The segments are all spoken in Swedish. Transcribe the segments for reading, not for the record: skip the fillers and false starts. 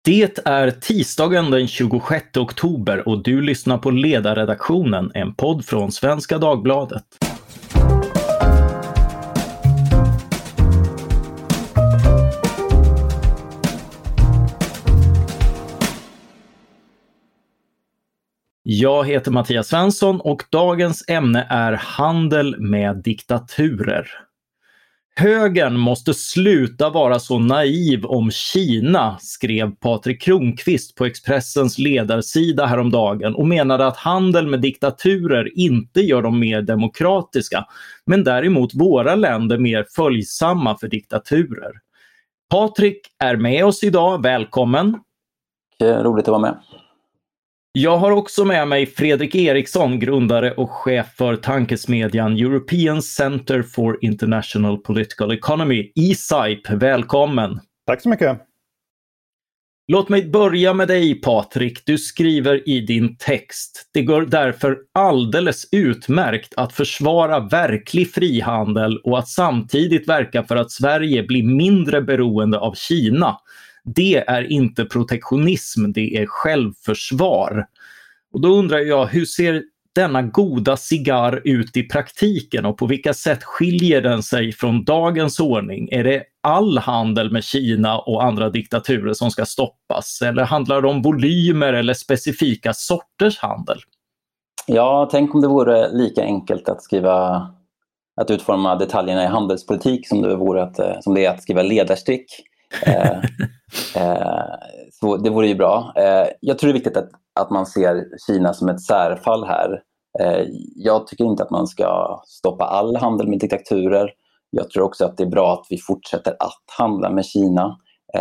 Det är tisdagen den 26 oktober och du lyssnar på Ledarredaktionen, en podd från Svenska Dagbladet. Jag heter Mattias Svensson och dagens ämne är handel med diktaturer. Högern måste sluta vara så naiv om Kina, skrev Patrik Kronqvist på Expressens ledarsida häromdagen och menade att handel med diktaturer inte gör dem mer demokratiska, men däremot våra länder mer följsamma för diktaturer. Patrik är med oss idag, välkommen. Roligt att vara med. Jag har också med mig Fredrik Eriksson, grundare och chef för tankesmedjan European Center for International Political Economy, ECIP. Välkommen! Tack så mycket! Låt mig börja med dig, Patrik. Du skriver i din text: det går därför alldeles utmärkt att försvara verklig frihandel och att samtidigt verka för att Sverige blir mindre beroende av Kina. Det är inte protektionism, det är självförsvar. Och då undrar jag, hur ser denna goda cigarr ut i praktiken och på vilka sätt skiljer den sig från dagens ordning? Är det all handel med Kina och andra diktaturer som ska stoppas? Eller handlar det om volymer eller specifika sorters handel? Ja, tänk om det vore lika enkelt att utforma detaljerna i handelspolitik som det är att skriva ledarstick. Så det vore ju bra. Jag tror det är viktigt att man ser Kina som ett särfall här. Jag tycker inte att man ska stoppa all handel med diktaturer. Jag tror också att det är bra att vi fortsätter att handla med Kina.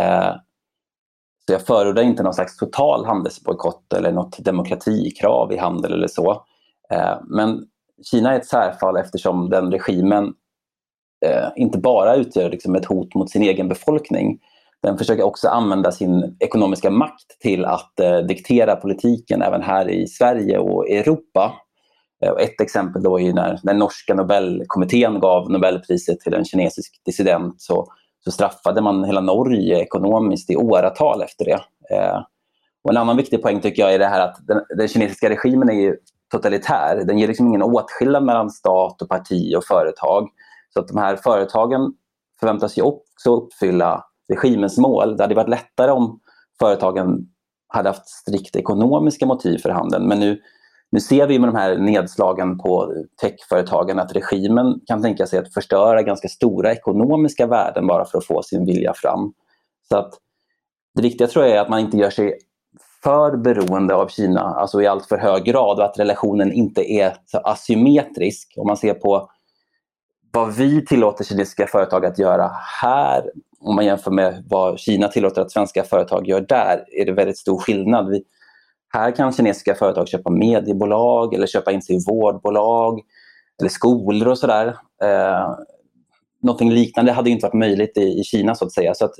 Så jag förordar inte någon slags total handelsbojkott eller något demokratikrav i handel eller så. Men Kina är ett särfall eftersom den regimen inte bara utgör liksom ett hot mot sin egen befolkning. Den försöker också använda sin ekonomiska makt till att diktera politiken även här i Sverige och Europa. Ett exempel då är när den norska Nobelkommittén gav Nobelpriset till en kinesisk dissident så straffade man hela Norge ekonomiskt i åratal efter det. Och en annan viktig poäng tycker jag är det här att den kinesiska regimen är ju totalitär. Den ger liksom ingen åtskillnad mellan stat och parti och företag. Så att de här företagen förväntas ju också uppfylla regimens mål. Det hade varit lättare om företagen hade haft strikt ekonomiska motiv för handeln. Men nu ser vi med de här nedslagen på techföretagen att regimen kan tänka sig att förstöra ganska stora ekonomiska värden bara för att få sin vilja fram. Så att det viktiga tror jag är att man inte gör sig för beroende av Kina, alltså i allt för hög grad, och att relationen inte är så asymmetrisk. Om man ser på vad vi tillåter kinesiska företag att göra här, om man jämför med vad Kina tillåter att svenska företag gör där, är det väldigt stor skillnad. Här kan kinesiska företag köpa mediebolag eller köpa in sig i vårdbolag eller skolor och sådär. Någonting liknande hade inte varit möjligt i Kina så att säga. Så att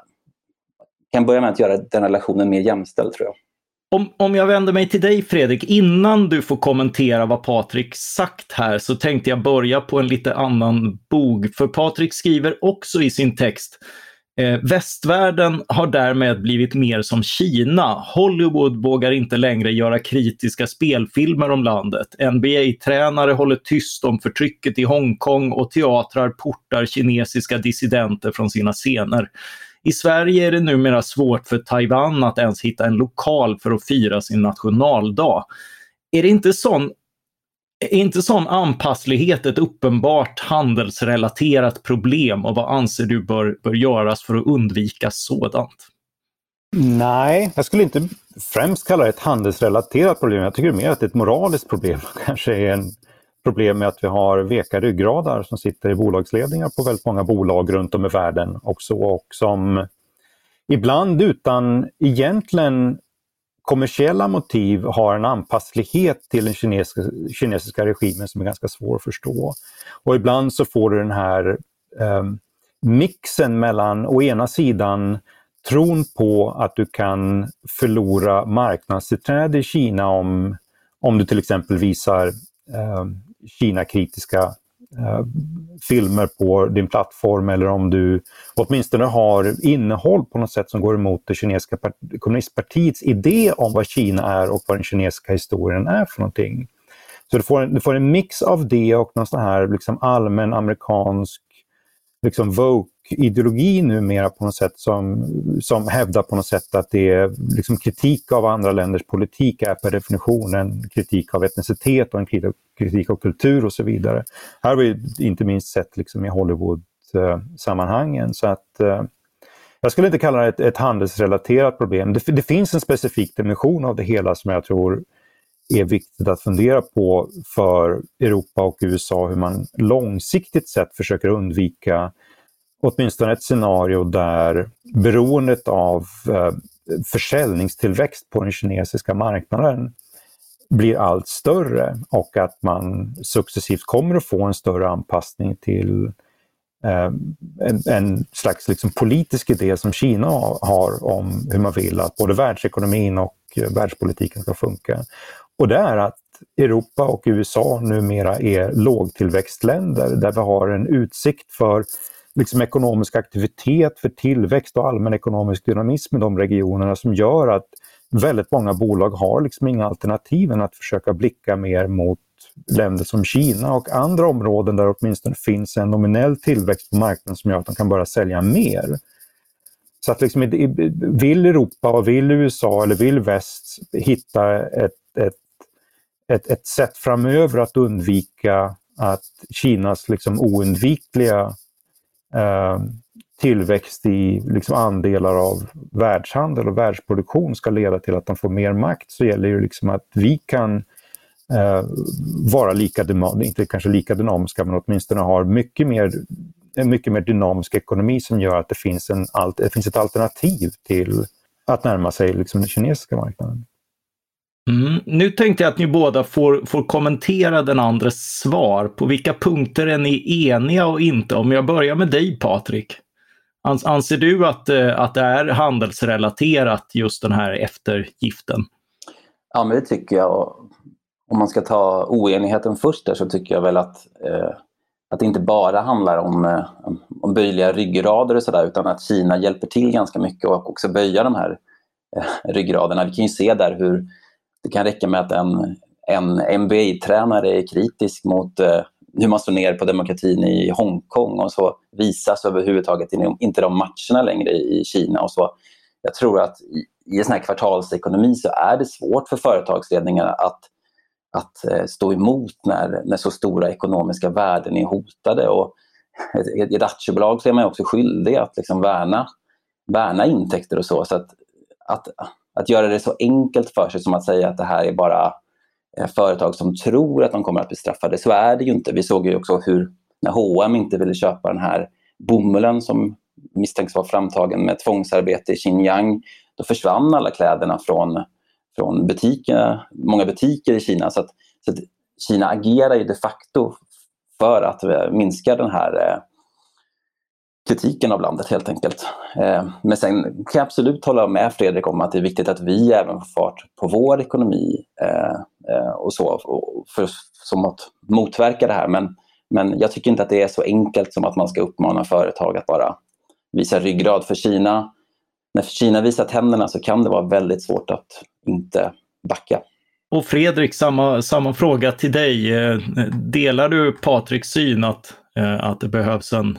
kan börja med att göra den relationen mer jämställd, tror jag. Om jag vänder mig till dig, Fredrik, innan du får kommentera vad Patrik sagt här, så tänkte jag börja på en lite annan bog. För Patrik skriver också i sin text: västvärlden har därmed blivit mer som Kina. Hollywood vågar inte längre göra kritiska spelfilmer om landet. NBA-tränare håller tyst om förtrycket i Hongkong och teatrar portar kinesiska dissidenter från sina scener. I Sverige är det numera svårt för Taiwan att ens hitta en lokal för att fira sin nationaldag. Är det inte sån anpasslighet ett uppenbart handelsrelaterat problem, och vad anser du bör göras för att undvika sådant? Nej, jag skulle inte främst kalla det ett handelsrelaterat problem. Jag tycker mer att det är ett moraliskt problem. Kanske är en problem med att vi har veka ryggradar som sitter i bolagsledningar på väldigt många bolag runt om i världen också, och som ibland utan egentligen kommersiella motiv har en anpasslighet till den kinesiska regimen som är ganska svår att förstå. Och ibland så får du den här mixen mellan å ena sidan tron på att du kan förlora marknadstillträde i Kina om du till exempel visar Kina-kritiska filmer på din plattform, eller om du åtminstone har innehåll på något sätt som går emot det kinesiska kommunistpartiets idé om vad Kina är och vad den kinesiska historien är för någonting. Så du får en mix av det och någon sån här liksom allmän amerikansk liksom woke-ideologi numera på något sätt som hävdar på något sätt att det är liksom kritik av andra länders politik är per definition en kritik av etnicitet och en kritik av kultur och så vidare. Här har vi inte minst sett liksom i Hollywood-sammanhangen, så att jag skulle inte kalla det ett handelsrelaterat problem. Det finns en specifik dimension av det hela som jag tror är viktigt att fundera på för Europa och USA, hur man långsiktigt sett försöker undvika åtminstone ett scenario där beroendet av försäljningstillväxt på den kinesiska marknaden blir allt större och att man successivt kommer att få en större anpassning till en slags liksom politisk idé som Kina har om hur man vill att både världsekonomin och världspolitiken ska funka. Och det är att Europa och USA numera är lågtillväxtländer där vi har en utsikt för liksom ekonomisk aktivitet, för tillväxt och allmän ekonomisk dynamism i de regionerna som gör att väldigt många bolag har liksom inga alternativ än att försöka blicka mer mot länder som Kina och andra områden där åtminstone finns en nominell tillväxt på marknaden som gör att de kan börja sälja mer. Så att liksom, vill Europa och vill USA eller vill väst hitta ett sätt framöver att undvika att Kinas liksom oundvikliga tillväxt i liksom andelar av världshandel och världsproduktion ska leda till att de får mer makt, så gäller ju liksom att vi kan vara inte kanske lika dynamiska, men åtminstone har en mycket mer dynamisk ekonomi som gör att det finns ett alternativ till att närma sig liksom den kinesiska marknaden. Nu tänkte jag att ni båda får kommentera den andres svar. På vilka punkter är ni eniga och inte? Om jag börjar med dig, Patrik. Anser du att det är handelsrelaterat, just den här eftergiften? Ja, men det tycker jag. Om man ska ta oenigheten först där, så tycker jag väl att det inte bara handlar om böjliga ryggrader och sådär, utan att Kina hjälper till ganska mycket och också böja de här ryggraderna. Vi kan ju se där hur det kan räcka med att en NBA-tränare är kritisk mot hur man står ner på demokratin i Hongkong, och så visas överhuvudtaget inte de matcherna längre i Kina. Och så. Jag tror att i en sån här kvartalsekonomi så är det svårt för företagsledningarna att stå emot när så stora ekonomiska värden är hotade. Och i ett aktiebolag så är man också skyldig att liksom värna intäkter och så. Så att göra det så enkelt för sig som att säga att det här är bara företag som tror att de kommer att bli straffade, så är det ju inte. Vi såg ju också hur när H&M inte ville köpa den här bomullen som misstänks vara framtagen med tvångsarbete i Xinjiang, då försvann alla kläderna från butikerna, många butiker i Kina. Så att Kina agerar ju de facto för att minska den här kritiken av landet helt enkelt. Men sen kan jag absolut hålla med Fredrik om att det är viktigt att vi även får fart på vår ekonomi och så, som att motverka det här. Men jag tycker inte att det är så enkelt som att man ska uppmana företag att bara visa ryggrad för Kina. När Kina visar tänderna så kan det vara väldigt svårt att inte backa. Och Fredrik, samma fråga till dig. Delar du Patriks syn att det behövs en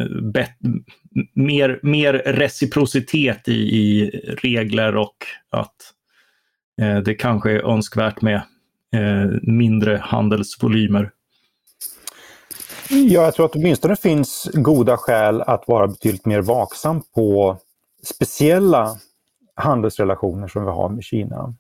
mer reciprocitet i regler, och att det kanske är önskvärt med mindre handelsvolymer? Ja, jag tror att åtminstone det finns goda skäl att vara betydligt mer vaksam på speciella handelsrelationer som vi har med Kina.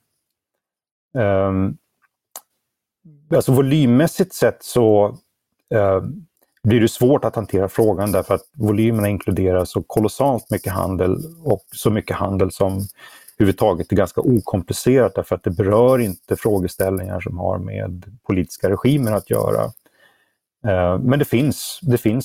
Alltså volymmässigt sett så blir det svårt att hantera frågan, därför att volymerna inkluderar så kolossalt mycket handel, och så mycket handel som överhuvudtaget är ganska okomplicerat, därför att det berör inte frågeställningar som har med politiska regimer att göra. Men det finns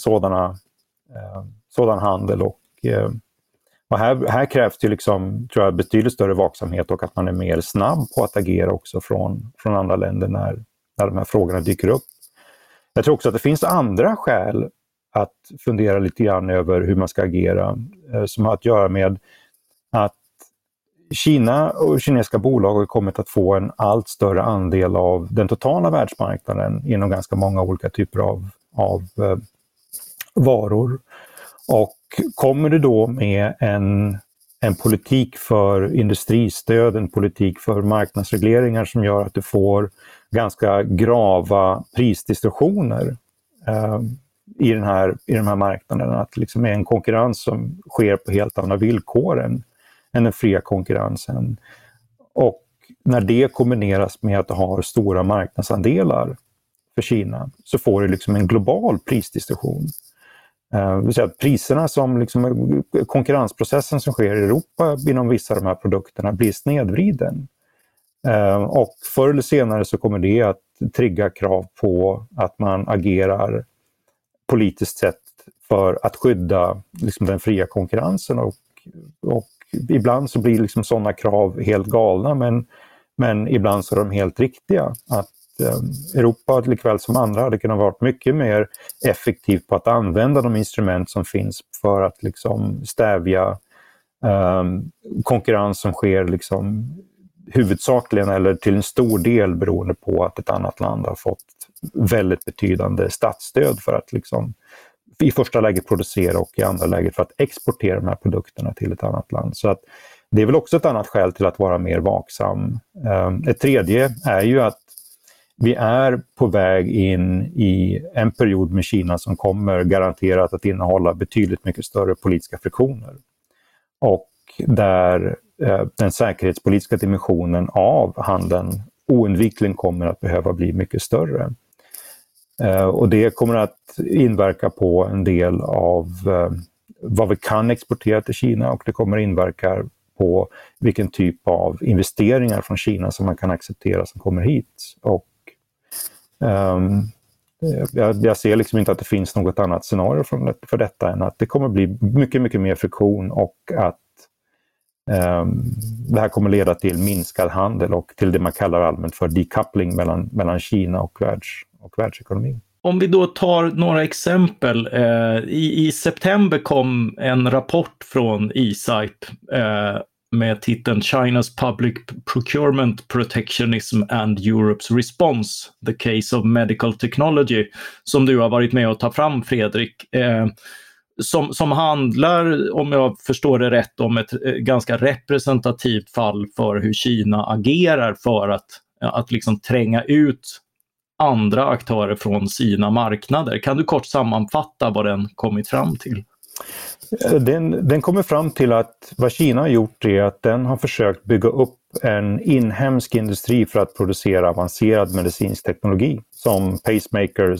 sådan handel, och här krävs det liksom, tror jag, betydligt större vaksamhet, och att man är mer snabb på att agera också från andra länder när de här frågorna dyker upp. Jag tror också att det finns andra skäl att fundera lite grann över hur man ska agera, som har att göra med att Kina och kinesiska bolag har kommit att få en allt större andel av den totala världsmarknaden inom ganska många olika typer av varor. Och kommer det då med en politik för industristöd, en politik för marknadsregleringar som gör att du får ganska grava prisdistorsioner i den här marknaden, att det liksom är en konkurrens som sker på helt andra villkor än den fria konkurrensen. Och när det kombineras med att du har stora marknadsandelar för Kina så får du liksom en global prisdistorsion. Det vill säga att priserna som liksom, konkurrensprocessen som sker i Europa inom vissa av de här produkterna blir snedvriden. Och förr eller senare så kommer det att trigga krav på att man agerar politiskt sett för att skydda liksom, den fria konkurrensen. Och ibland så blir liksom sådana krav helt galna, men ibland så är de helt riktiga. Att Europa likväl som andra hade kunnat vara mycket mer effektivt på att använda de instrument som finns för att liksom stävja konkurrens som sker liksom huvudsakligen eller till en stor del beroende på att ett annat land har fått väldigt betydande statsstöd för att liksom i första läget producera och i andra läget för att exportera de här produkterna till ett annat land. Så att det är väl också ett annat skäl till att vara mer vaksam. Ett tredje är ju att vi är på väg in i en period med Kina som kommer garanterat att innehålla betydligt mycket större politiska friktioner. Och där den säkerhetspolitiska dimensionen av handeln oundvikligen kommer att behöva bli mycket större. Och det kommer att inverka på en del av vad vi kan exportera till Kina, och det kommer inverka på vilken typ av investeringar från Kina som man kan acceptera som kommer hit. Och jag ser liksom inte att det finns något annat scenario för detta än att det kommer bli mycket, mycket mer friktion, och att det här kommer leda till minskad handel och till det man kallar allmänt för decoupling mellan Kina och världsekonomin. Om vi då tar några exempel. I september kom en rapport från eSight med titeln China's Public Procurement Protectionism and Europe's Response, The Case of Medical Technology, som du har varit med att ta fram, Fredrik. Som handlar, om jag förstår det rätt, om ett ganska representativt fall för hur Kina agerar för att liksom tränga ut andra aktörer från sina marknader. Kan du kort sammanfatta vad den kommit fram till? Den kommer fram till att vad Kina har gjort är att den har försökt bygga upp en inhemsk industri för att producera avancerad medicinsk teknologi som pacemakers,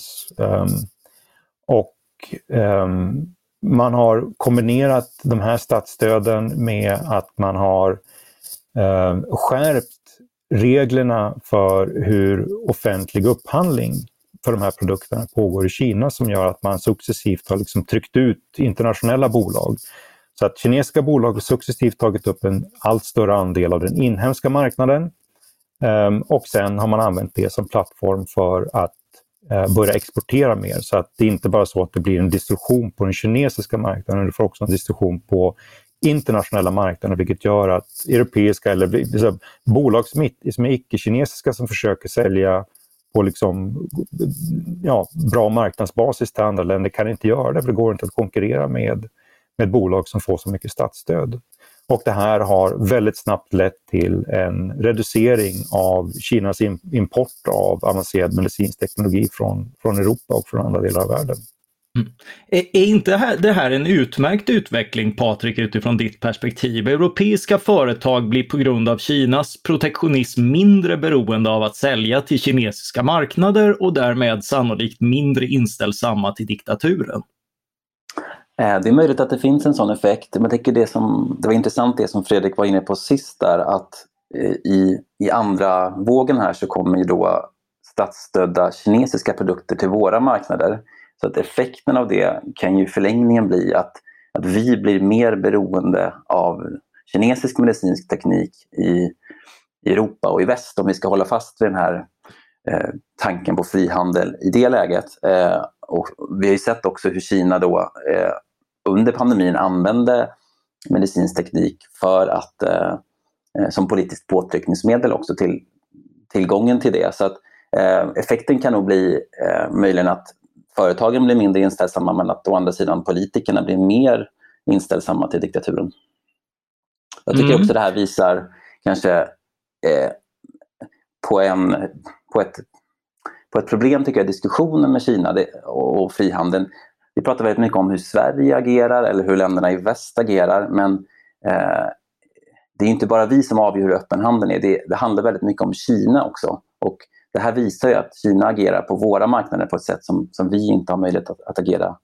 man har kombinerat de här statsstöden med att man har skärpt reglerna för hur offentlig upphandling för de här produkterna pågår i Kina, som gör att man successivt har liksom tryckt ut internationella bolag. Så att kinesiska bolag har successivt tagit upp en allt större andel av den inhemska marknaden, och sen har man använt det som plattform för att börja exportera mer. Så att det är inte bara så att det blir en distribution på den kinesiska marknaden, det får också en distribution på internationella marknader, vilket gör att europeiska eller bolag som är icke-kinesiska som försöker sälja på liksom, bra marknadsbasis till andra länder kan inte göra det, för det går inte att konkurrera med bolag som får så mycket statsstöd. Och det här har väldigt snabbt lett till en reducering av Kinas import av avancerad medicinsk teknologi från Europa och från andra delar av världen. Mm. Är inte det här en utmärkt utveckling, Patrik, utifrån ditt perspektiv? Europeiska företag blir på grund av Kinas protektionism mindre beroende av att sälja till kinesiska marknader och därmed sannolikt mindre inställsamma till diktaturen. Det är möjligt att det finns en sån effekt, men jag tycker det var intressant det som Fredrik var inne på sist där, att i andra vågen här så kommer ju då statsstödda kinesiska produkter till våra marknader. Så att effekten av det kan ju i förlängningen bli att vi blir mer beroende av kinesisk medicinsk teknik i Europa och i väst, om vi ska hålla fast vid den här tanken på frihandel i det läget. Och vi har ju sett också hur Kina då under pandemin använde medicinsk teknik för att som politiskt påtryckningsmedel också till tillgången till det. Så att effekten kan nog bli möjligen att företagen blir mindre inställsamma, men att å andra sidan politikerna blir mer inställsamma till diktaturen. Jag tycker också det här visar kanske på ett problem, tycker jag, diskussionen med Kina och frihandeln. Vi pratar väldigt mycket om hur Sverige agerar eller hur länderna i väst agerar, men det är inte bara vi som avgör hur öppen handeln är. Det handlar väldigt mycket om Kina också. Och det här visar ju att Kina agerar på våra marknader på ett sätt som vi inte har möjlighet att agera.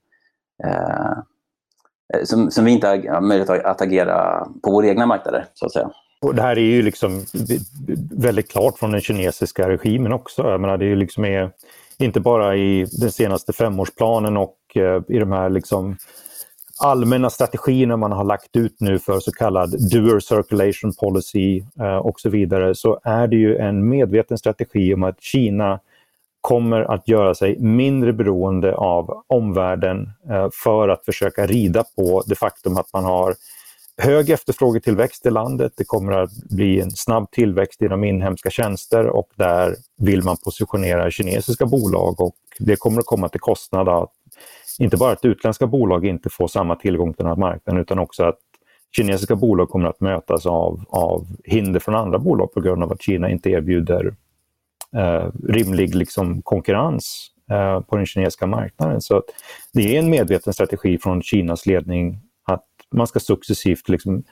Som vi inte har möjlighet att agera på våra egna marknader, så att säga. Och det här är ju liksom väldigt klart från den kinesiska regimen också. Jag menar, det är ju liksom inte bara i den senaste 5-årsplanen och i de här liksom allmänna strategierna man har lagt ut nu för så kallad dual circulation policy och så vidare, så är det ju en medveten strategi om att Kina kommer att göra sig mindre beroende av omvärlden för att försöka rida på det faktum att man har hög efterfrågetillväxt i landet. Det kommer att bli en snabb tillväxt i de inhemska tjänster och där vill man positionera kinesiska bolag, och det kommer att komma till kostnad att inte bara att utländska bolag inte får samma tillgång till den här marknaden, utan också att kinesiska bolag kommer att mötas av hinder från andra bolag på grund av att Kina inte erbjuder rimlig liksom konkurrens på den kinesiska marknaden. Så det är en medveten strategi från Kinas ledning att man ska successivt liksom,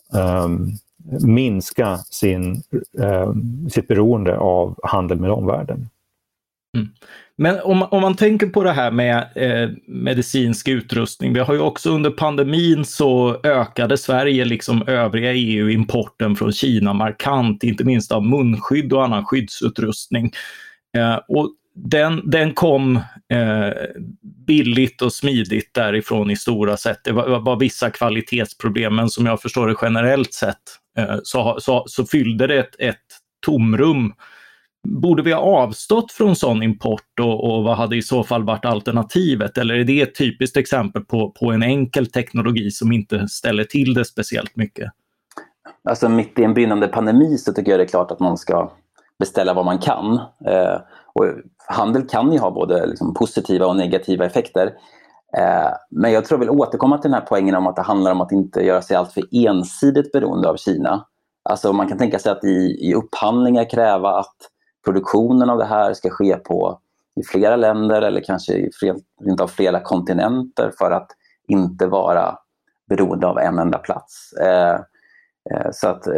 minska sitt beroende av handel med omvärlden. Mm. Men om man tänker på det här med medicinsk utrustning, vi har ju också under pandemin så ökade Sverige liksom övriga EU importen från Kina markant, inte minst av munskydd och annan skyddsutrustning. Och den kom billigt och smidigt därifrån i stora sätt. Det var vissa kvalitetsproblem, men som jag förstår det generellt sett så fyllde det ett tomrum. Borde vi ha avstått från sån import och vad hade i så fall varit alternativet? Eller är det ett typiskt exempel på en enkel teknologi som inte ställer till det speciellt mycket? Alltså mitt i en brinnande pandemi så tycker jag det är klart att man ska beställa vad man kan. Och handel kan ju ha både liksom positiva och negativa effekter. Men jag tror jag vill återkomma till den här poängen om att det handlar om att inte göra sig allt för ensidigt beroende av Kina. Alltså man kan tänka sig att i upphandlingar kräva att produktionen av det här ska ske i flera länder eller kanske inte av flera kontinenter för att inte vara beroende av en enda plats. Så att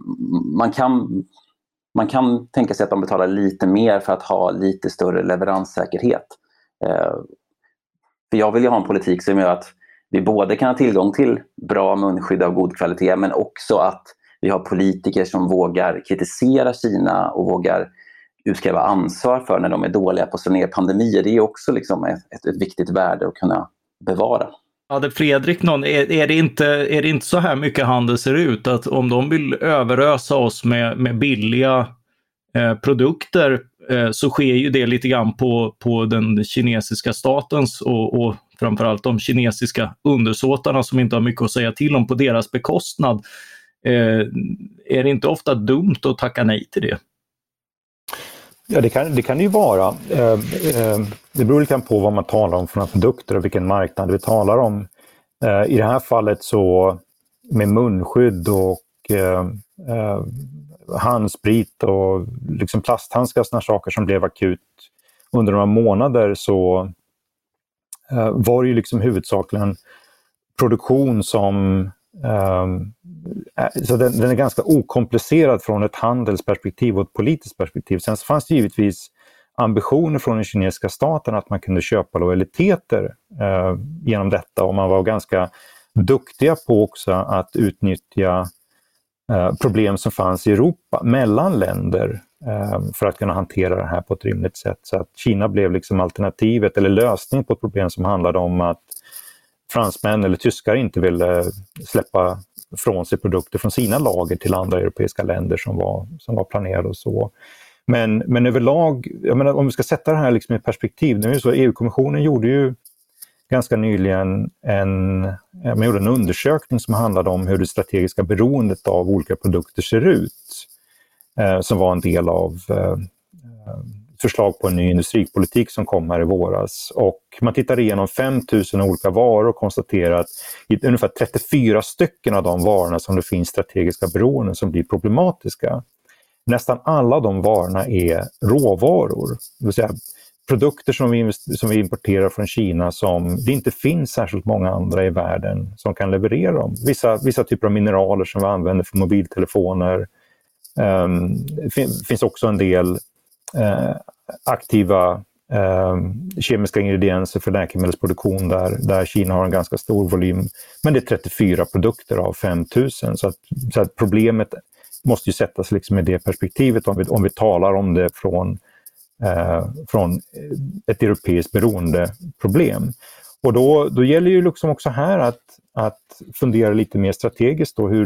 man kan tänka sig att de betalar lite mer för att ha lite större leveranssäkerhet. För jag vill ju ha en politik som gör att vi både kan ha tillgång till bra munskydd av god kvalitet, men också att vi har politiker som vågar kritisera Kina och vågar utkräva ansvar för när de är dåliga på att slå ner pandemier. Det är också liksom ett viktigt värde att kunna bevara. Hade Fredrik är det inte så här mycket handel ser ut, att om de vill överösa oss med billiga produkter så sker ju det lite grann på den kinesiska statens och framförallt de kinesiska undersåtarna som inte har mycket att säga till om på deras bekostnad. Är det inte ofta dumt att tacka nej till det? Ja, det kan det ju vara. Det beror lite på vad man talar om för några produkter och vilken marknad vi talar om. I det här fallet så med munskydd och handsprit och liksom plasthandskar och såna saker som blev akut under några månader, så var det ju liksom huvudsakligen produktion som så den är ganska okomplicerad från ett handelsperspektiv och ett politiskt perspektiv. Sen så fanns det givetvis ambitioner från den kinesiska staten att man kunde köpa lojaliteter genom detta, och man var ganska duktiga på också att utnyttja problem som fanns i Europa mellan länder för att kunna hantera det här på ett rimligt sätt. Så att Kina blev liksom alternativet eller lösning på ett problem som handlade om att fransmän eller tyskar inte ville släppa från sig produkter från sina lager till andra europeiska länder som var planerade och så. Men överlag, jag menar, om vi ska sätta det här liksom i perspektiv, nu är det så, EU-kommissionen gjorde ju ganska nyligen en undersökning som handlade om hur det strategiska beroendet av olika produkter ser ut. Som var en del av förslag på en ny industripolitik som kom här i våras. Och man tittade igenom 5000 olika varor och konstaterade att i ungefär 34 stycken av de varorna som det finns strategiska beroenden som blir problematiska. Nästan alla de varorna är råvaror, det vill säga produkter som vi importerar från Kina som det inte finns särskilt många andra i världen som kan leverera dem. Vissa typer av mineraler som vi använder för mobiltelefoner. Finns också en del aktiva kemiska ingredienser för läkemedelsproduktion där Kina har en ganska stor volym. Men det är 34 produkter av 5000, så att problemet måste ju sättas liksom i det perspektivet om vi talar om det från ett europeiskt beroendeproblem. Och då gäller ju liksom också här att fundera lite mer strategiskt då,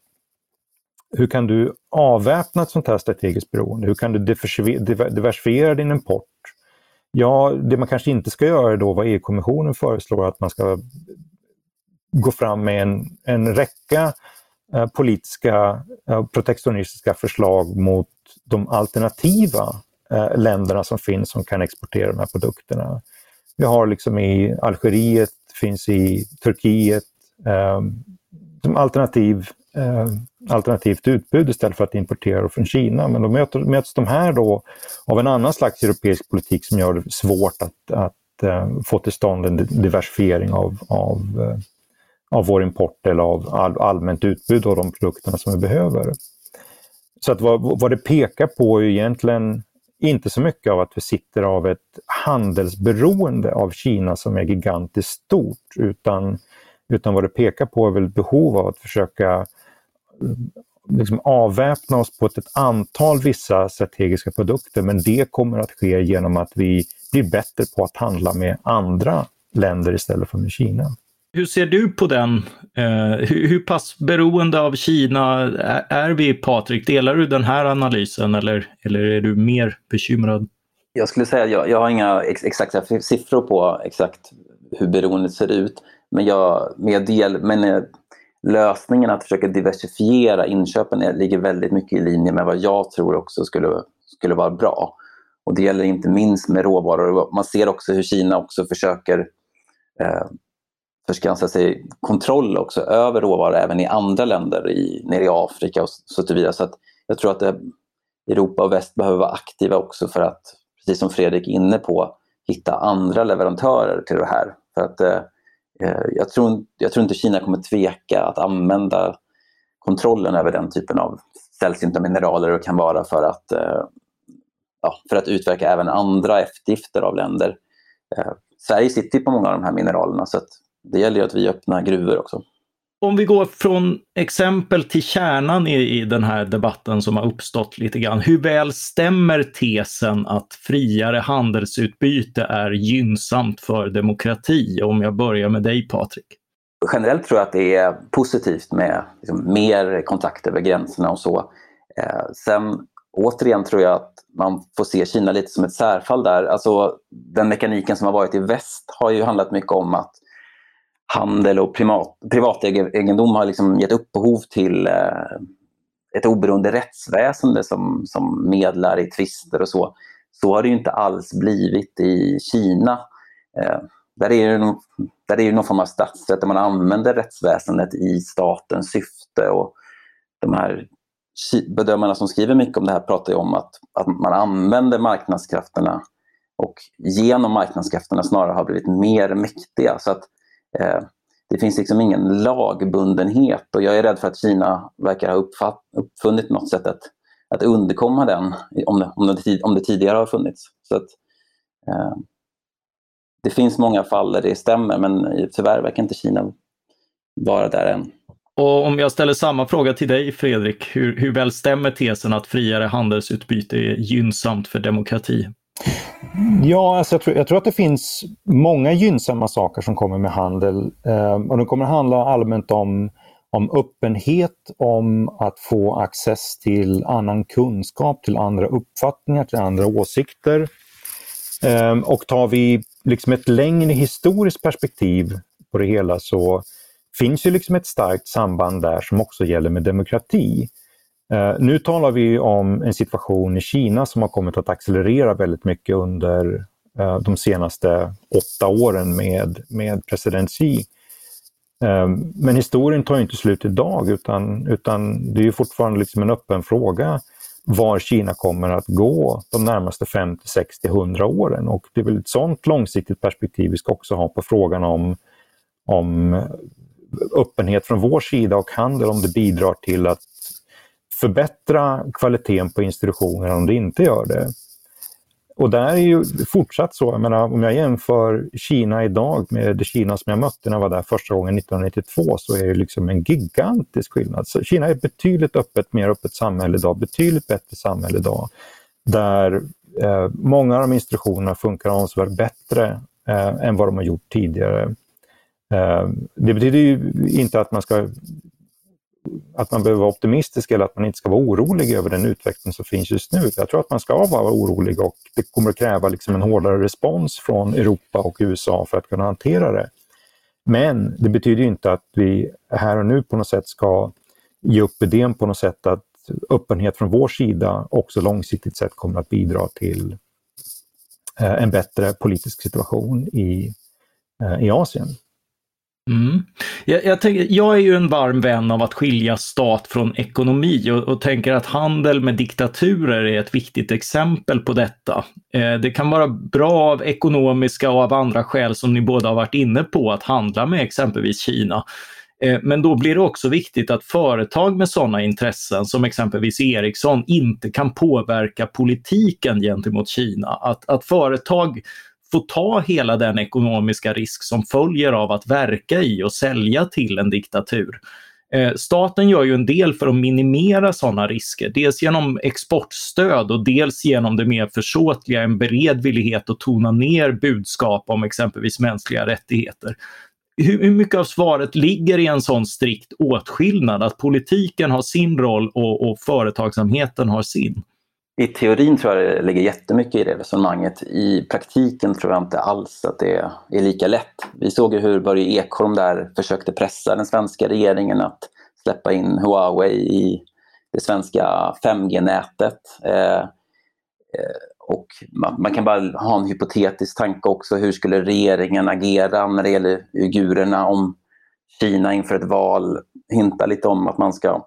hur kan du avväpna ett sånt här strategiskt beroende? Hur kan du diversifiera din import? Ja, det man kanske inte ska göra är då vad EU-kommissionen föreslår, att man ska gå fram med en räcka politiska protektionistiska förslag mot de alternativa länderna som finns som kan exportera de här produkterna. Vi har liksom i Algeriet, finns i Turkiet som alternativt utbud istället för att importera från Kina. Men då möts de här då av en annan slags europeisk politik som gör det svårt att få till stånd en diversifiering av vår import eller av allmänt utbud av de produkterna som vi behöver. Så att vad det pekar på är egentligen inte så mycket av att vi sitter av ett handelsberoende av Kina som är gigantiskt stort, utan vad det pekar på är väl behov av att försöka liksom avväpna oss på ett antal vissa strategiska produkter, men det kommer att ske genom att vi blir bättre på att handla med andra länder istället för med Kina. Hur ser du på den? Hur pass beroende av Kina är vi, Patrik? Delar du den här analysen eller är du mer bekymrad? Jag skulle säga att jag har inga exakta siffror på exakt hur beroendet ser ut. Men lösningen att försöka diversifiera inköpen ligger väldigt mycket i linje med vad jag tror också skulle vara bra. Och det gäller inte minst med råvaror. Man ser också hur Kina också försöker förskansa sig kontroll också över råvaror även i andra länder nere i Afrika och så vidare. Så att jag tror att Europa och väst behöver vara aktiva också för att, precis som Fredrik är inne på, hitta andra leverantörer till det här. För att jag tror inte Kina kommer tveka att använda kontrollen över den typen av sällsynta mineraler och kan vara för att utverka även andra eftergifter av länder. Sverige sitter på många av de här mineralerna, så att det gäller ju att vi öppnar gruvor också. Om vi går från exempel till kärnan i den här debatten som har uppstått lite grann. Hur väl stämmer tesen att friare handelsutbyte är gynnsamt för demokrati? Om jag börjar med dig, Patrik. Generellt tror jag att det är positivt med mer kontakt över gränserna och så. Sen återigen tror jag att man får se Kina lite som ett särfall där. Alltså, den mekaniken som har varit i väst har ju handlat mycket om att handel och privategendom har liksom gett upphov till ett oberoende rättsväsende som medlar i tvister och så. Så har det ju inte alls blivit i Kina. Där är det ju någon form av statsrätt där man använder rättsväsendet i statens syfte, och de här bedömarna som skriver mycket om det här pratar ju om att man använder marknadskrafterna och genom marknadskrafterna snarare har blivit mer mäktiga. Så att det finns liksom ingen lagbundenhet, och jag är rädd för att Kina verkar ha uppfunnit något sätt att underkomma den om det tidigare har funnits. Så att det finns många fall där det stämmer, men tyvärr verkar inte Kina vara där än. Och om jag ställer samma fråga till dig, Fredrik, hur väl stämmer tesen att friare handelsutbyte är gynnsamt för demokrati? Ja, alltså jag tror att det finns många gynnsamma saker som kommer med handel. Och det kommer att handla allmänt om om öppenhet, om att få access till annan kunskap, till andra uppfattningar, till andra åsikter. Och tar vi liksom ett längre historiskt perspektiv på det hela så finns ju liksom ett starkt samband där som också gäller med demokrati. Nu talar vi om en situation i Kina som har kommit att accelerera väldigt mycket under de senaste 8 åren med president Xi. Men historien tar ju inte slut idag utan det är ju fortfarande liksom en öppen fråga var Kina kommer att gå de närmaste 50, 60, 100 åren. Och det är väl ett sådant långsiktigt perspektiv vi ska också ha på frågan om öppenhet från vår sida och handel, om det bidrar till att förbättra kvaliteten på institutioner om det inte gör det. Och där är ju fortsatt så, jag menar, om jag jämför Kina idag med det Kina som jag mötte när jag var där första gången 1992 så är det liksom en gigantisk skillnad. Så Kina är ett betydligt mer öppet samhälle idag, betydligt bättre samhälle idag, där många av de institutionerna funkar avsevärt bättre än vad de har gjort tidigare. Det betyder ju inte att man behöver vara optimistisk eller att man inte ska vara orolig över den utveckling som finns just nu. Jag tror att man ska vara orolig och det kommer att kräva liksom en hårdare respons från Europa och USA för att kunna hantera det. Men det betyder ju inte att vi här och nu på något sätt ska ge upp idén på något sätt att öppenhet från vår sida också långsiktigt sett kommer att bidra till en bättre politisk situation i Asien. Mm. Jag är ju en varm vän av att skilja stat från ekonomi och tänker att handel med diktaturer är ett viktigt exempel på detta. Det kan vara bra av ekonomiska och av andra skäl som ni båda har varit inne på att handla med exempelvis Kina. Men då blir det också viktigt att företag med sådana intressen som exempelvis Ericsson inte kan påverka politiken gentemot Kina. Att företag får ta hela den ekonomiska risk som följer av att verka i och sälja till en diktatur. Staten gör ju en del för att minimera sådana risker, dels genom exportstöd och dels genom det mer försåtliga, en beredvillighet att tona ner budskap om exempelvis mänskliga rättigheter. Hur mycket av svaret ligger i en sån strikt åtskillnad, att politiken har sin roll och företagsamheten har sin? I teorin tror jag det ligger jättemycket i det resonemanget. I praktiken tror jag inte alls att det är lika lätt. Vi såg ju hur Börje Ekholm där försökte pressa den svenska regeringen att släppa in Huawei i det svenska 5G-nätet. Och man kan bara ha en hypotetisk tanke också. Hur skulle regeringen agera när det gäller uigurerna om Kina inför ett val hintar lite om att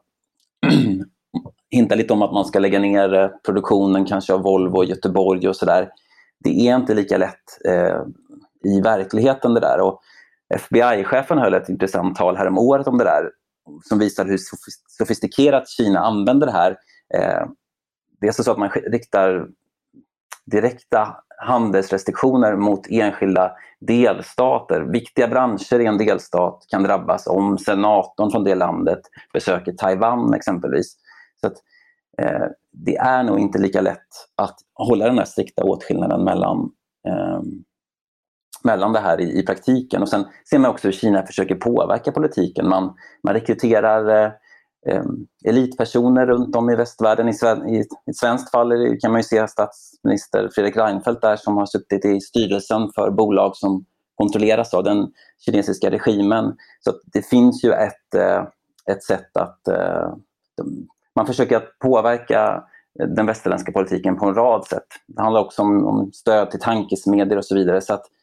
man ska lägga ner produktionen kanske av Volvo i Göteborg och sådär. Det är inte lika lätt i verkligheten det där. Och FBI-chefen höll ett intressant tal här om året om det där som visar hur sofistikerat Kina använder det här. Det är så att man riktar direkta handelsrestriktioner mot enskilda delstater. Viktiga branscher i en delstat kan drabbas om senatorn från det landet besöker Taiwan exempelvis. Så att, det är nog inte lika lätt att hålla den här strikta åtskillnaden mellan det här i praktiken. Och sen ser man också hur Kina försöker påverka politiken. Man rekryterar elitpersoner runt om i västvärlden. I ett svenskt fall kan man ju se statsminister Fredrik Reinfeldt där som har suttit i styrelsen för bolag som kontrolleras av den kinesiska regimen. Så att det finns ju ett sätt att man försöker att påverka den västerländska politiken på en rad sätt. Det handlar också om stöd till tankesmedier och så vidare. Så att,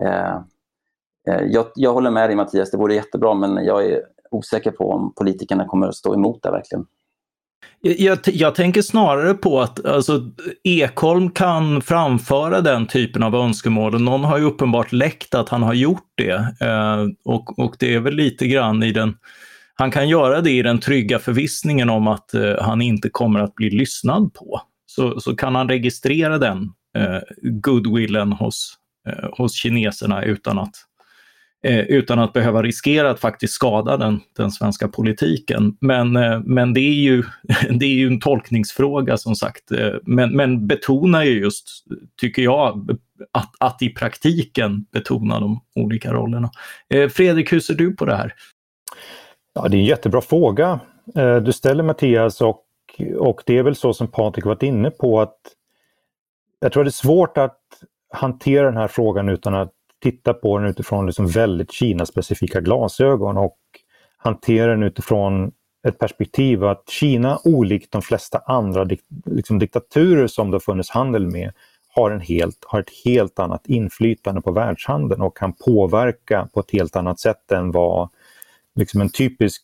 jag håller med dig Mattias, det vore jättebra, men jag är osäker på om politikerna kommer att stå emot det verkligen. Jag tänker snarare på att Ekholm kan framföra den typen av önskemål. Någon har ju uppenbart läckt att han har gjort det. Och det är väl lite grann han kan göra det i den trygga förvissningen om att han inte kommer att bli lyssnad på. Så kan han registrera den goodwillen hos kineserna utan att behöva riskera att faktiskt skada den svenska politiken. Men det är ju en tolkningsfråga som sagt. Men betonar ju just, tycker jag, att i praktiken betona de olika rollerna. Fredrik, hur ser du på det här? Ja, det är en jättebra fråga du ställer, Mattias, och det är väl så som Patrik varit inne på, att jag tror det är svårt att hantera den här frågan utan att titta på den utifrån liksom väldigt Kina-specifika glasögon och hantera den utifrån ett perspektiv att Kina, olikt de flesta andra diktaturer som det har funnits handel med, har ett helt annat inflytande på världshandeln och kan påverka på ett helt annat sätt än vad liksom en typisk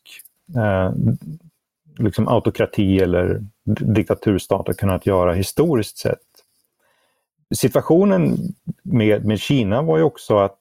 autokrati eller diktaturstat har kunnat göra historiskt sett. Situationen med Kina var ju också att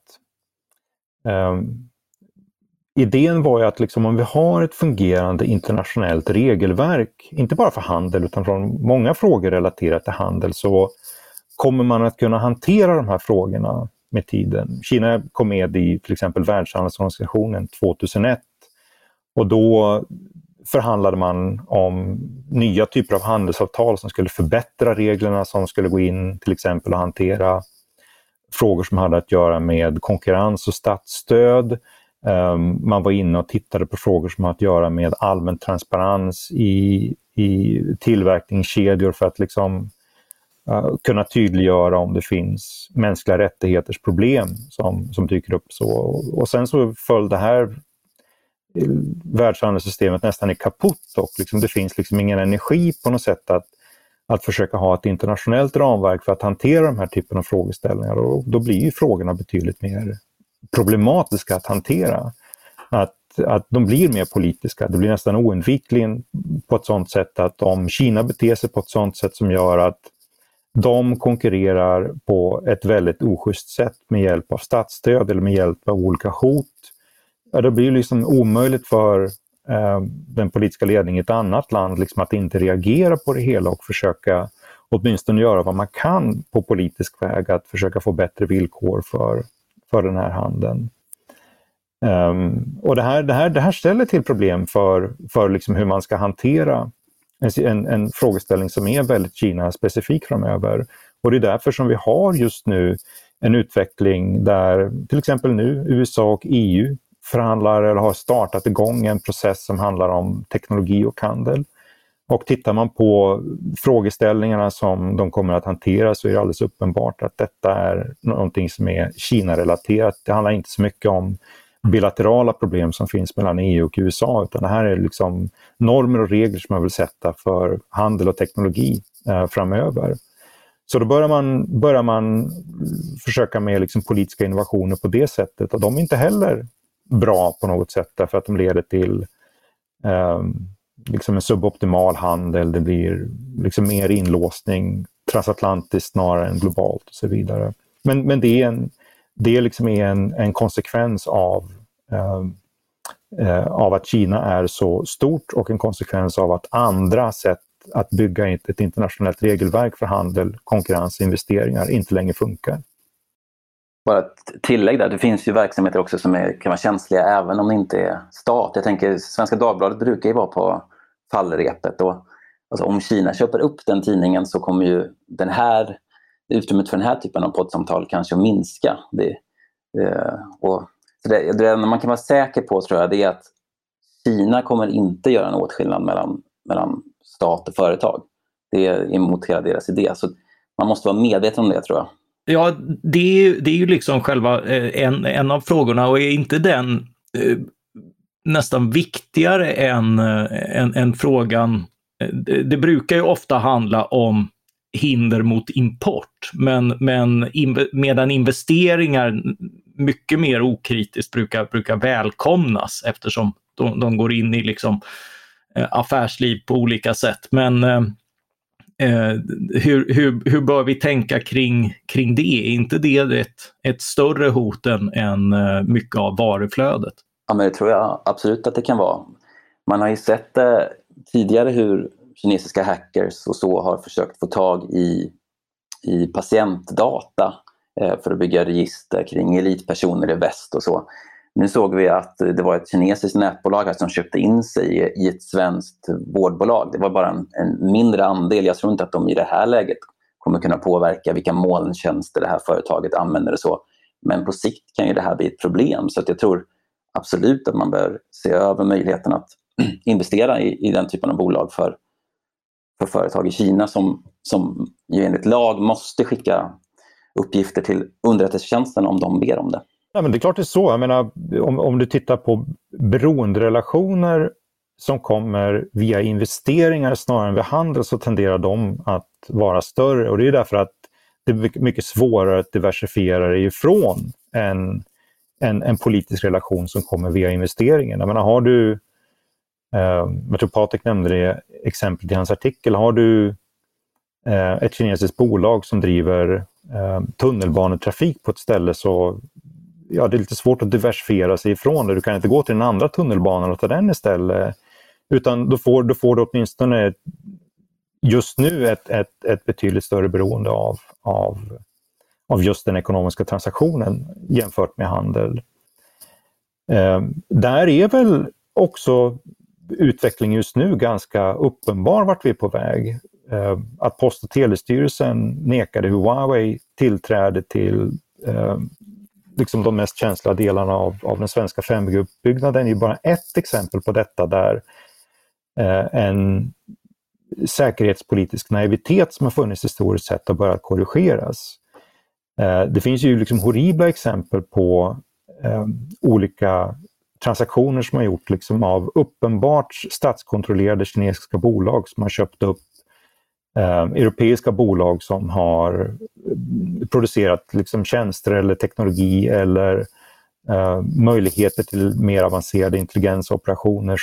idén var ju att liksom, om vi har ett fungerande internationellt regelverk, inte bara för handel utan från många frågor relaterat till handel, så kommer man att kunna hantera de här frågorna med tiden. Kina kom med i till exempel Världshandelsorganisationen 2001 och då förhandlade man om nya typer av handelsavtal som skulle förbättra reglerna, som skulle gå in till exempel och hantera frågor som hade att göra med konkurrens och statsstöd. Man var inne och tittade på frågor som har att göra med allmän transparens i tillverkningskedjor för att liksom kunna tydliggöra om det finns mänskliga rättigheters problem som dyker upp så. Och sen så föll det här världshandelssystemet nästan är kaputt och liksom, det finns liksom ingen energi på något sätt att försöka ha ett internationellt ramverk för att hantera de här typen av frågeställningar, och då blir ju frågorna betydligt mer problematiska att hantera. Att de blir mer politiska, det blir nästan oundvikligen på ett sådant sätt att om Kina beter sig på ett sådant sätt som gör att de konkurrerar på ett väldigt oschysst sätt med hjälp av statsstöd eller med hjälp av olika hot, ja, det blir liksom omöjligt för den politiska ledningen i ett annat land liksom att inte reagera på det hela och försöka åtminstone göra vad man kan på politisk väg att försöka få bättre villkor för den här handeln. Och det här ställer till problem för liksom hur man ska hantera en frågeställning som är väldigt Kina-specifik framöver. Och det är därför som vi har just nu en utveckling där till exempel nu USA och EU förhandlar eller har startat igång en process som handlar om teknologi och handel. Och tittar man på frågeställningarna som de kommer att hantera så är det alldeles uppenbart att detta är någonting som är Kina-relaterat. Det handlar inte så mycket om bilaterala problem som finns mellan EU och USA, utan det här är liksom normer och regler som man vill sätta för handel och teknologi framöver. Så då börjar man försöka med liksom politiska innovationer på det sättet, och de är inte heller bra på något sätt därför att de leder till liksom en suboptimal handel, det blir liksom mer inlåsning transatlantiskt snarare än globalt och så vidare. Men det liksom är en konsekvens av att Kina är så stort och en konsekvens av att andra sätt att bygga ett internationellt regelverk för handel, konkurrens och investeringar inte längre funkar. Bara ett tillägg där, det finns ju verksamheter också som kan vara känsliga även om det inte är stat. Jag tänker, Svenska Dagbladet brukar ju vara på fallrepet, och alltså, om Kina köper upp den tidningen så kommer ju utrymmet för den här typen av poddsamtal kanske att minska. Det man kan vara säker på, tror jag, det är att Kina kommer inte göra en åtskillnad mellan stat och företag. Det är emot hela deras idé, så man måste vara medveten om det, tror jag. Ja, det är ju liksom själva en av frågorna, och är inte den nästan viktigare än frågan. Det brukar ju ofta handla om hinder mot import, men medan investeringar mycket mer okritiskt brukar välkomnas eftersom de går in i liksom affärsliv på olika sätt. Men hur bör vi tänka kring det? Är inte det ett större hot än mycket av varuflödet? Ja, men det tror jag absolut att det kan vara. Man har ju sett tidigare hur kinesiska hackers och så har försökt få tag i patientdata för att bygga register kring elitpersoner i väst och så. Nu såg vi att det var ett kinesiskt nätbolag här som köpte in sig i ett svenskt vårdbolag. Det var bara en mindre andel. Jag tror inte att de i det här läget kommer kunna påverka vilka molntjänster det här företaget använder och så. Men på sikt kan ju det här bli ett problem. Så att jag tror absolut att man bör se över möjligheten att investera i den typen av bolag för företag i Kina som ju enligt lag måste skicka uppgifter till underrättelsetjänsten om de ber om det. Ja, men det är klart det är så. Jag menar, om du tittar på beroenderelationer som kommer via investeringar snarare än via handel, så tenderar de att vara större. Och det är därför att det är mycket svårare att diversifiera det ifrån en politisk relation som kommer via investeringen. Jag menar, har du, jag tror Patrik nämnde det exemplet i hans artikel, har du ett kinesiskt bolag som driver tunnelbanetrafik på ett ställe, så ja, det är lite svårt att diversifiera sig ifrån det. Du kan inte gå till den andra tunnelbanan och ta den istället. Utan då får du åtminstone just nu ett betydligt större beroende av just den ekonomiska transaktionen jämfört med handel. Där är väl också utvecklingen just nu ganska uppenbar vart vi är på väg. Att Post- och telestyrelsen nekade Huawei tillträde till liksom de mest känsliga delarna av den svenska 5G-uppbyggnaden är bara ett exempel på detta, där en säkerhetspolitisk naivitet som har funnits historiskt sett har börjat korrigeras. Det finns ju liksom horribla exempel på olika transaktioner som har gjort liksom av uppenbart statskontrollerade kinesiska bolag som har köpt upp europeiska bolag som har producerat liksom tjänster eller teknologi eller möjligheter till mer avancerade intelligensoperationer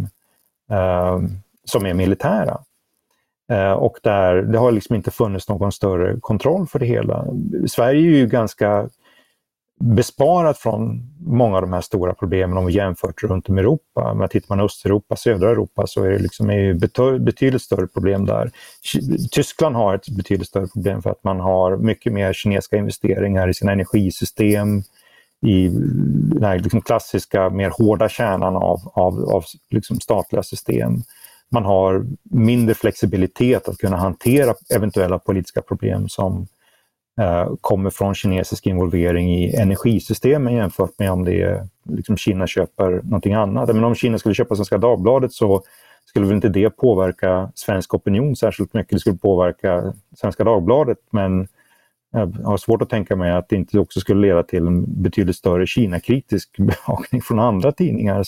som är militära. Och där det har liksom inte funnits någon större kontroll för det hela. Sverige är ju ganska besparat från många av de här stora problemen om vi jämfört runt om i Europa. Men tittar man i Östeuropa, södra Europa, så är det liksom betydligt större problem där. Tyskland har ett betydligt större problem för att man har mycket mer kinesiska investeringar i sina energisystem, i den här liksom klassiska, mer hårda kärnan av liksom statliga system. Man har mindre flexibilitet att kunna hantera eventuella politiska problem som kommer från kinesisk involvering i energisystemen jämfört med om det är, liksom Kina köper någonting annat. Men om Kina skulle köpa Svenska Dagbladet så skulle väl inte det påverka svensk opinion särskilt mycket. Det skulle påverka Svenska Dagbladet, men jag har svårt att tänka mig att det inte också skulle leda till en betydligt större Kina-kritisk bevakning från andra tidningar.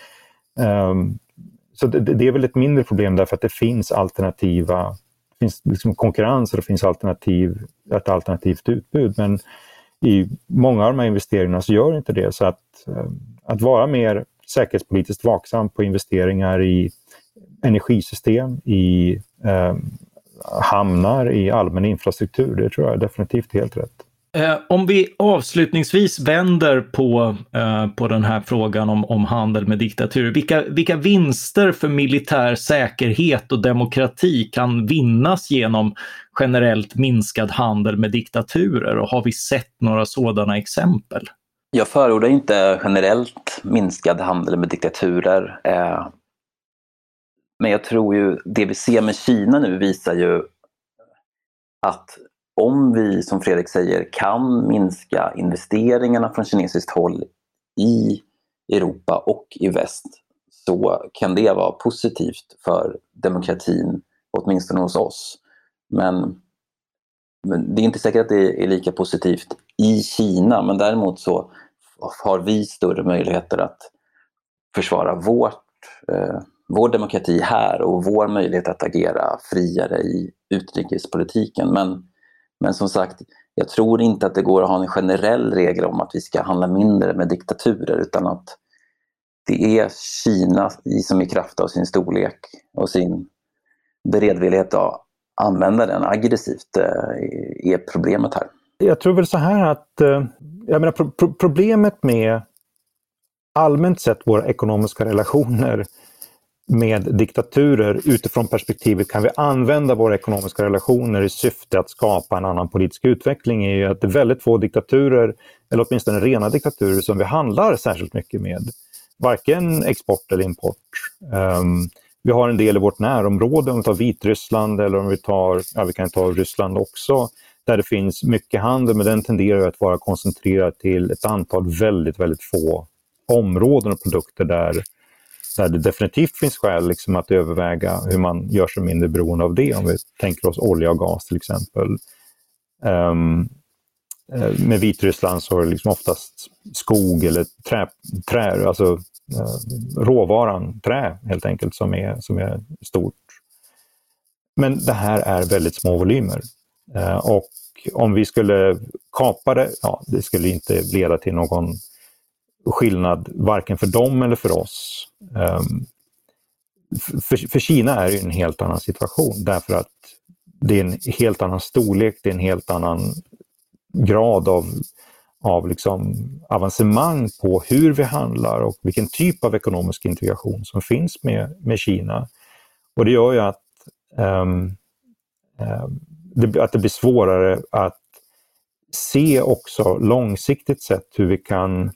Så det är väl ett mindre problem därför att det finns alternativa, det finns liksom konkurrens och det finns ett alternativt utbud. Men i många av de här investeringarna så gör inte det. Så att vara mer säkerhetspolitiskt vaksam på investeringar i energisystem, i hamnar, i allmän infrastruktur, det tror jag är definitivt helt rätt. Om vi avslutningsvis vänder på den här frågan om handel med diktaturer, vilka vinster för militär säkerhet och demokrati kan vinnas genom generellt minskad handel med diktaturer, och har vi sett några sådana exempel? Jag förordar inte generellt minskad handel med diktaturer, men jag tror ju det vi ser med Kina nu visar ju att om vi, som Fredrik säger, kan minska investeringarna från kinesiskt håll i Europa och i väst, så kan det vara positivt för demokratin, åtminstone hos oss. Men det är inte säkert att det är lika positivt i Kina, men däremot så har vi större möjligheter att försvara vår demokrati här och vår möjlighet att agera friare i utrikespolitiken. Men som sagt, jag tror inte att det går att ha en generell regel om att vi ska handla mindre med diktaturer, utan att det är Kina som i kraft av sin storlek och sin beredvillighet att använda den aggressivt är problemet här. Jag tror väl så här att problemet med allmänt sett våra ekonomiska relationer med diktaturer utifrån perspektivet kan vi använda våra ekonomiska relationer i syfte att skapa en annan politisk utveckling, är ju att det är väldigt få diktaturer, eller åtminstone rena diktaturer, som vi handlar särskilt mycket med. Varken export eller import. Vi har en del i vårt närområde, om vi tar Vitryssland eller om vi kan ta Ryssland också, där det finns mycket handel, men den tenderar att vara koncentrerad till ett antal väldigt, väldigt få områden och produkter där det definitivt finns skäl liksom att överväga hur man gör sig mindre beroende av det. Om vi tänker oss olja och gas till exempel. Med Vitryssland så är det liksom oftast skog eller trä, alltså råvaran trä helt enkelt som är stort. Men det här är väldigt små volymer. Och om vi skulle kapa det, det skulle inte leda till någon skillnad varken för dem eller för oss. För Kina är det en helt annan situation därför att det är en helt annan storlek, det är en helt annan grad av liksom avancemang på hur vi handlar och vilken typ av ekonomisk integration som finns med Kina. Och det gör ju att det blir svårare att se också långsiktigt sett hur vi kan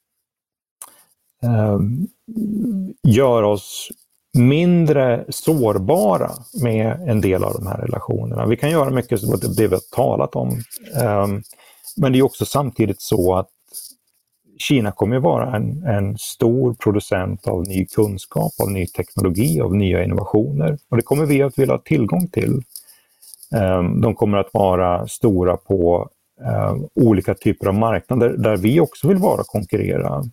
göra oss mindre sårbara med en del av de här relationerna. Vi kan göra mycket av det vi har talat om. Men det är också samtidigt så att Kina kommer att vara en stor producent av ny kunskap, av ny teknologi, av nya innovationer. Och det kommer vi att vilja ha tillgång till. De kommer att vara stora på olika typer av marknader där vi också vill vara och konkurrera.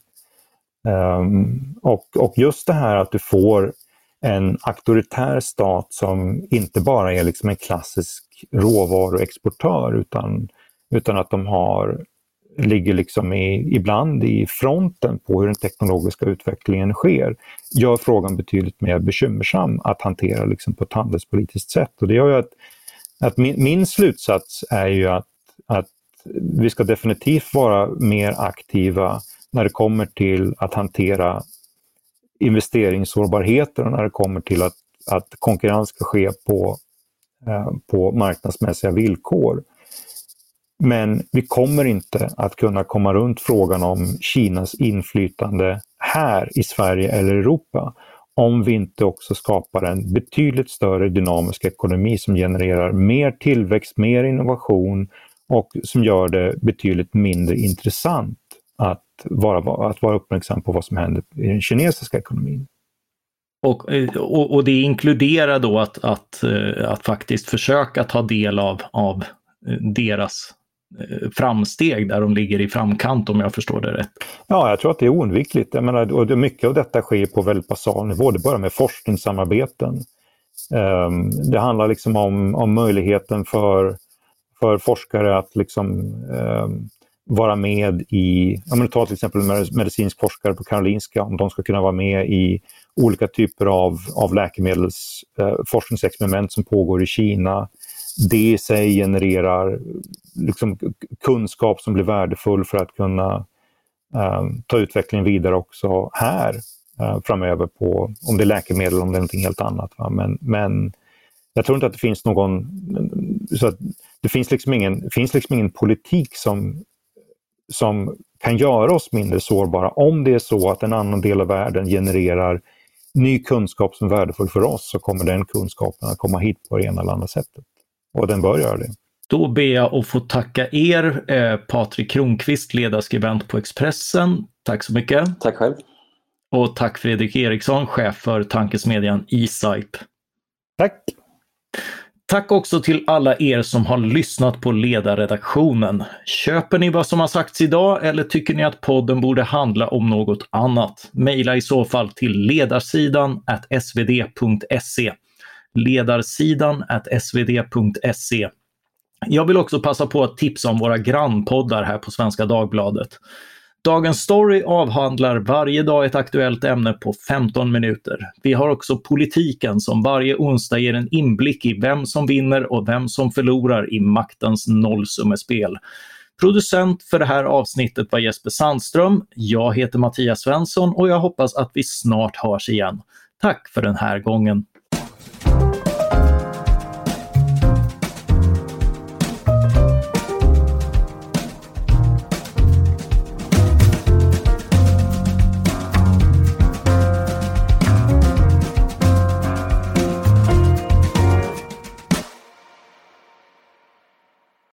Och just det här att du får en auktoritär stat som inte bara är liksom en klassisk råvaruexportör utan att de ligger liksom ibland i fronten på hur den teknologiska utvecklingen sker, gör frågan betydligt mer bekymmersam att hantera liksom på ett handelspolitiskt sätt. Och det gör ju att min slutsats är ju att vi ska definitivt vara mer aktiva när det kommer till att hantera investeringssårbarheter och när det kommer till att konkurrens ska ske på marknadsmässiga villkor. Men vi kommer inte att kunna komma runt frågan om Kinas inflytande här i Sverige eller Europa om vi inte också skapar en betydligt större dynamisk ekonomi som genererar mer tillväxt, mer innovation och som gör det betydligt mindre intressant att vara uppmärksam på vad som händer i den kinesiska ekonomin. Och det inkluderar då att faktiskt försöka ta del av deras framsteg där de ligger i framkant, om jag förstår det rätt. Ja, jag tror att det är oundvikligt. Jag menar, och mycket av detta sker på väldigt basal nivå. Det börjar med forskningssamarbeten. Det handlar liksom om möjligheten för forskare att liksom vara med i, om man tar till exempel medicinsk forskare på Karolinska, om de ska kunna vara med i olika typer av läkemedelsforskningsexperiment som pågår i Kina. Det i sig genererar liksom kunskap som blir värdefull för att kunna ta utvecklingen vidare också här framöver på, om det är läkemedel, om det är någonting helt annat. Va? Men jag tror inte att det finns så att det finns liksom ingen politik som kan göra oss mindre sårbara om det är så att en annan del av världen genererar ny kunskap som är värdefull för oss, så kommer den kunskapen att komma hit på det ena eller andra sättet. Och den bör göra det. Då ber jag att få tacka er, Patrik Kronqvist, ledarskribent på Expressen. Tack så mycket. Tack själv. Och tack Fredrik Eriksson, chef för tankesmedjan eSipe. Tack. Tack också till alla er som har lyssnat på ledarredaktionen. Köper ni vad som har sagts idag eller tycker ni att podden borde handla om något annat? Maila i så fall till ledarsidan@svd.se. ledarsidan@svd.se. Jag vill också passa på att tipsa om våra grannpoddar här på Svenska Dagbladet. Dagens Story avhandlar varje dag ett aktuellt ämne på 15 minuter. Vi har också Politiken som varje onsdag ger en inblick i vem som vinner och vem som förlorar i maktens nollsummespel. Producent för det här avsnittet var Jesper Sandström. Jag heter Mattias Svensson och jag hoppas att vi snart hörs igen. Tack för den här gången.